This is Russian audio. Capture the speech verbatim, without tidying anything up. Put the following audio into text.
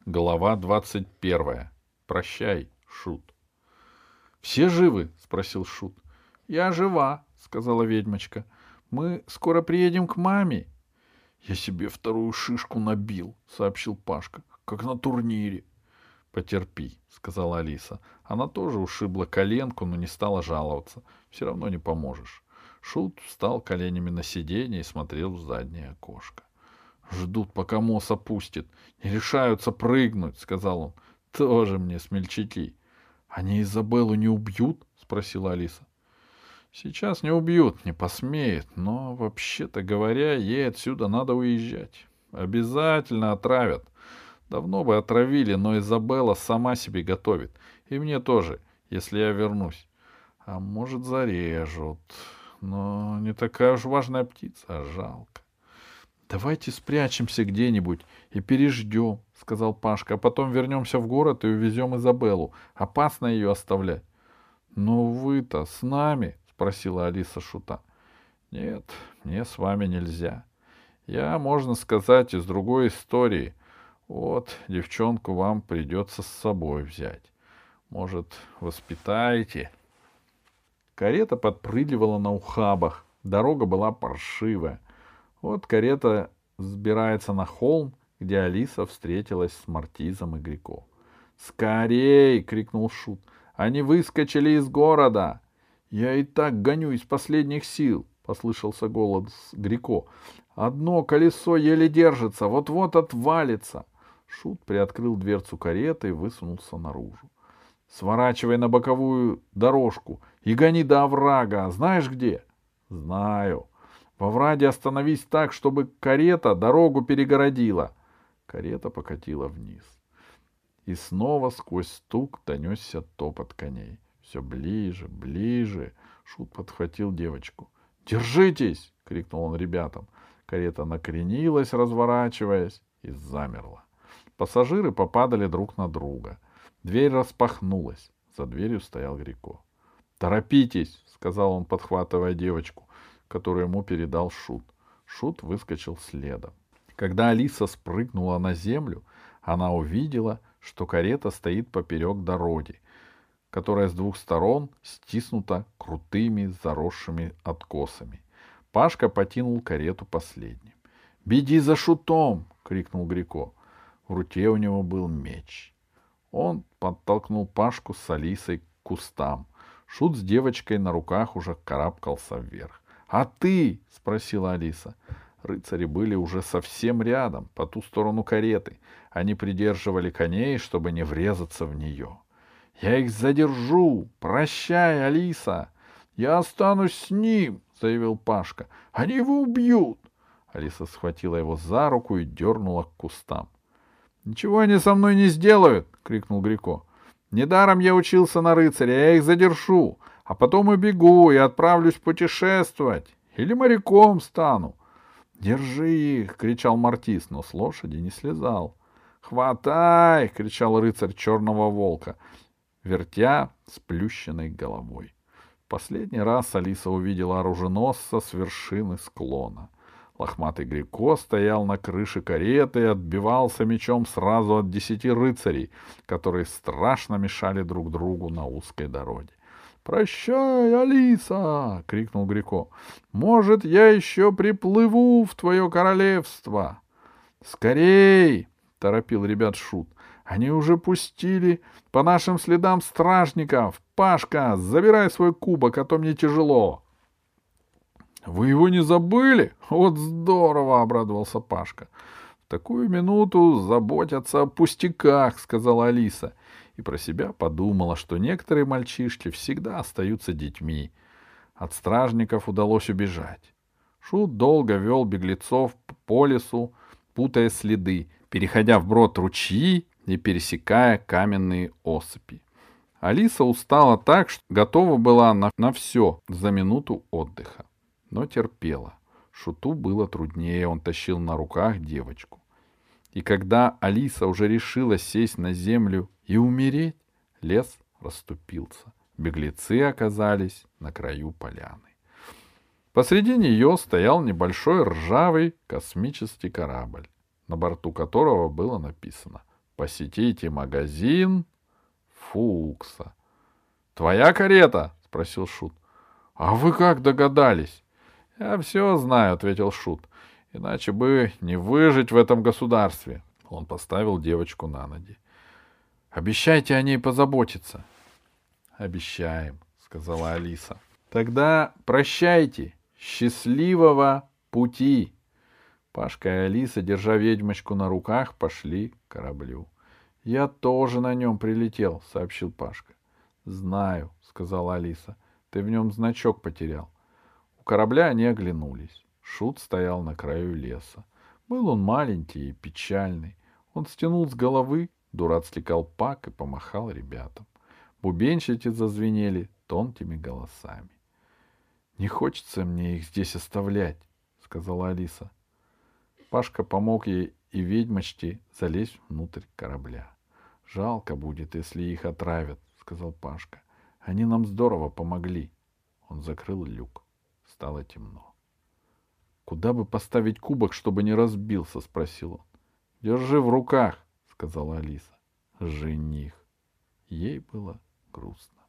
Глава двадцать первая. Прощай, Шут. «Все живы?» — спросил Шут. «Я жива», — сказала ведьмочка. «Мы скоро приедем к маме». «Я себе вторую шишку набил», — сообщил Пашка, — «как на турнире». «Потерпи», — сказала Алиса. Она тоже ушибла коленку, но не стала жаловаться. Все равно не поможешь. Шут встал коленями на сиденье и смотрел в заднее окошко. «Ждут, пока мост опустит. Не решаются прыгнуть», — сказал он. «Тоже мне смельчаки». «Они Изабеллу не убьют?» — спросила Алиса. «Сейчас не убьют, не посмеют, но, вообще-то говоря, ей отсюда надо уезжать. Обязательно отравят. Давно бы отравили, но Изабелла сама себе готовит. И мне тоже, если я вернусь. А может, зарежут. Но не такая уж важная птица, а жалко». «Давайте спрячемся где-нибудь и переждем», — сказал Пашка, — «а потом вернемся в город и увезем Изабеллу. Опасно ее оставлять». «Но вы-то с нами?» — спросила Алиса Шута. «Нет, мне с вами нельзя. Я, можно сказать, из другой истории. Вот, девчонку вам придется с собой взять. Может, воспитаете?» Карета подпрыгивала на ухабах. Дорога была паршивая. Вот карета взбирается на холм, где Алиса встретилась с Мартизом и Грико. «Скорей!» — крикнул Шут. «Они выскочили из города!» «Я и так гоню из последних сил!» — послышался голос Грико. «Одно колесо еле держится, вот-вот отвалится!» Шут приоткрыл дверцу кареты и высунулся наружу. «Сворачивай на боковую дорожку и гони до оврага. Знаешь где?» «Знаю. Во враге остановись так, чтобы карета дорогу перегородила». Карета покатила вниз. И снова сквозь стук донесся топот коней. Все ближе, ближе. Шут подхватил девочку. «Держитесь!» — крикнул он ребятам. Карета накренилась, разворачиваясь, и замерла. Пассажиры попадали друг на друга. Дверь распахнулась. За дверью стоял Грико. «Торопитесь!» — сказал он, подхватывая девочку, которую ему передал Шут. Шут выскочил следом. Когда Алиса спрыгнула на землю, она увидела, что карета стоит поперек дороги, которая с двух сторон стиснута крутыми заросшими откосами. Пашка потянул карету последним. «Беги за Шутом!» — крикнул Грико. В руке у него был меч. Он подтолкнул Пашку с Алисой к кустам. Шут с девочкой на руках уже карабкался вверх. «А ты?» — спросила Алиса. Рыцари были уже совсем рядом, по ту сторону кареты. Они придерживали коней, чтобы не врезаться в нее. «Я их задержу! Прощай, Алиса!» «Я останусь с ним!» — заявил Пашка. «Они его убьют!» Алиса схватила его за руку и дернула к кустам. «Ничего они со мной не сделают!» — крикнул Грико. «Недаром я учился на рыцаря, я их задержу, а потом убегу и отправлюсь путешествовать. Или моряком стану». «Держи их!» — кричал Мартис, но с лошади не слезал. «Хватай!» — кричал рыцарь черного волка, вертя сплющенной головой. В последний раз Алиса увидела оруженосца с вершины склона. Лохматый Грико стоял на крыше кареты и отбивался мечом сразу от десяти рыцарей, которые страшно мешали друг другу на узкой дороге. «Прощай, Алиса!» — крикнул Грико. «Может, я еще приплыву в твое королевство!» «Скорей!» — торопил ребят Шут. «Они уже пустили по нашим следам стражников! Пашка, забирай свой кубок, а то мне тяжело!» «Вы его не забыли? Вот здорово!» — обрадовался Пашка. «В такую минуту заботятся о пустяках», — сказала Алиса. И про себя подумала, что некоторые мальчишки всегда остаются детьми. От стражников удалось убежать. Шут долго вел беглецов по лесу, путая следы, переходя вброд ручьи и пересекая каменные осыпи. Алиса устала так, что готова была на, на все за минуту отдыха. Но терпела. Шуту было труднее, он тащил на руках девочку. И когда Алиса уже решила сесть на землю и умереть, лес расступился. Беглецы оказались на краю поляны. Посреди нее стоял небольшой ржавый космический корабль, на борту которого было написано посетите магазин Фукса. — Твоя карета? — спросил Шут. — А вы как догадались? — Я все знаю, — ответил Шут. — Иначе бы не выжить в этом государстве. Он поставил девочку на ноги. — Обещайте о ней позаботиться. — Обещаем, — сказала Алиса. — Тогда прощайте. Счастливого пути. Пашка и Алиса, держа ведьмочку на руках, пошли к кораблю. — Я тоже на нем прилетел, — сообщил Пашка. — Знаю, — сказала Алиса. — Ты в нем значок потерял. У корабля они оглянулись. Шут стоял на краю леса. Был он маленький и печальный. Он стянул с головы дурацкий колпак и помахал ребятам. Бубенчики зазвенели тонкими голосами. — Не хочется мне их здесь оставлять, — сказала Алиса. Пашка помог ей и ведьмочке залезть внутрь корабля. — Жалко будет, если их отравят, — сказал Пашка. — Они нам здорово помогли. Он закрыл люк. Стало темно. — Куда бы поставить кубок, чтобы не разбился? — спросил он. — Держи в руках, — сказала Алиса. — Жених. Ей было грустно.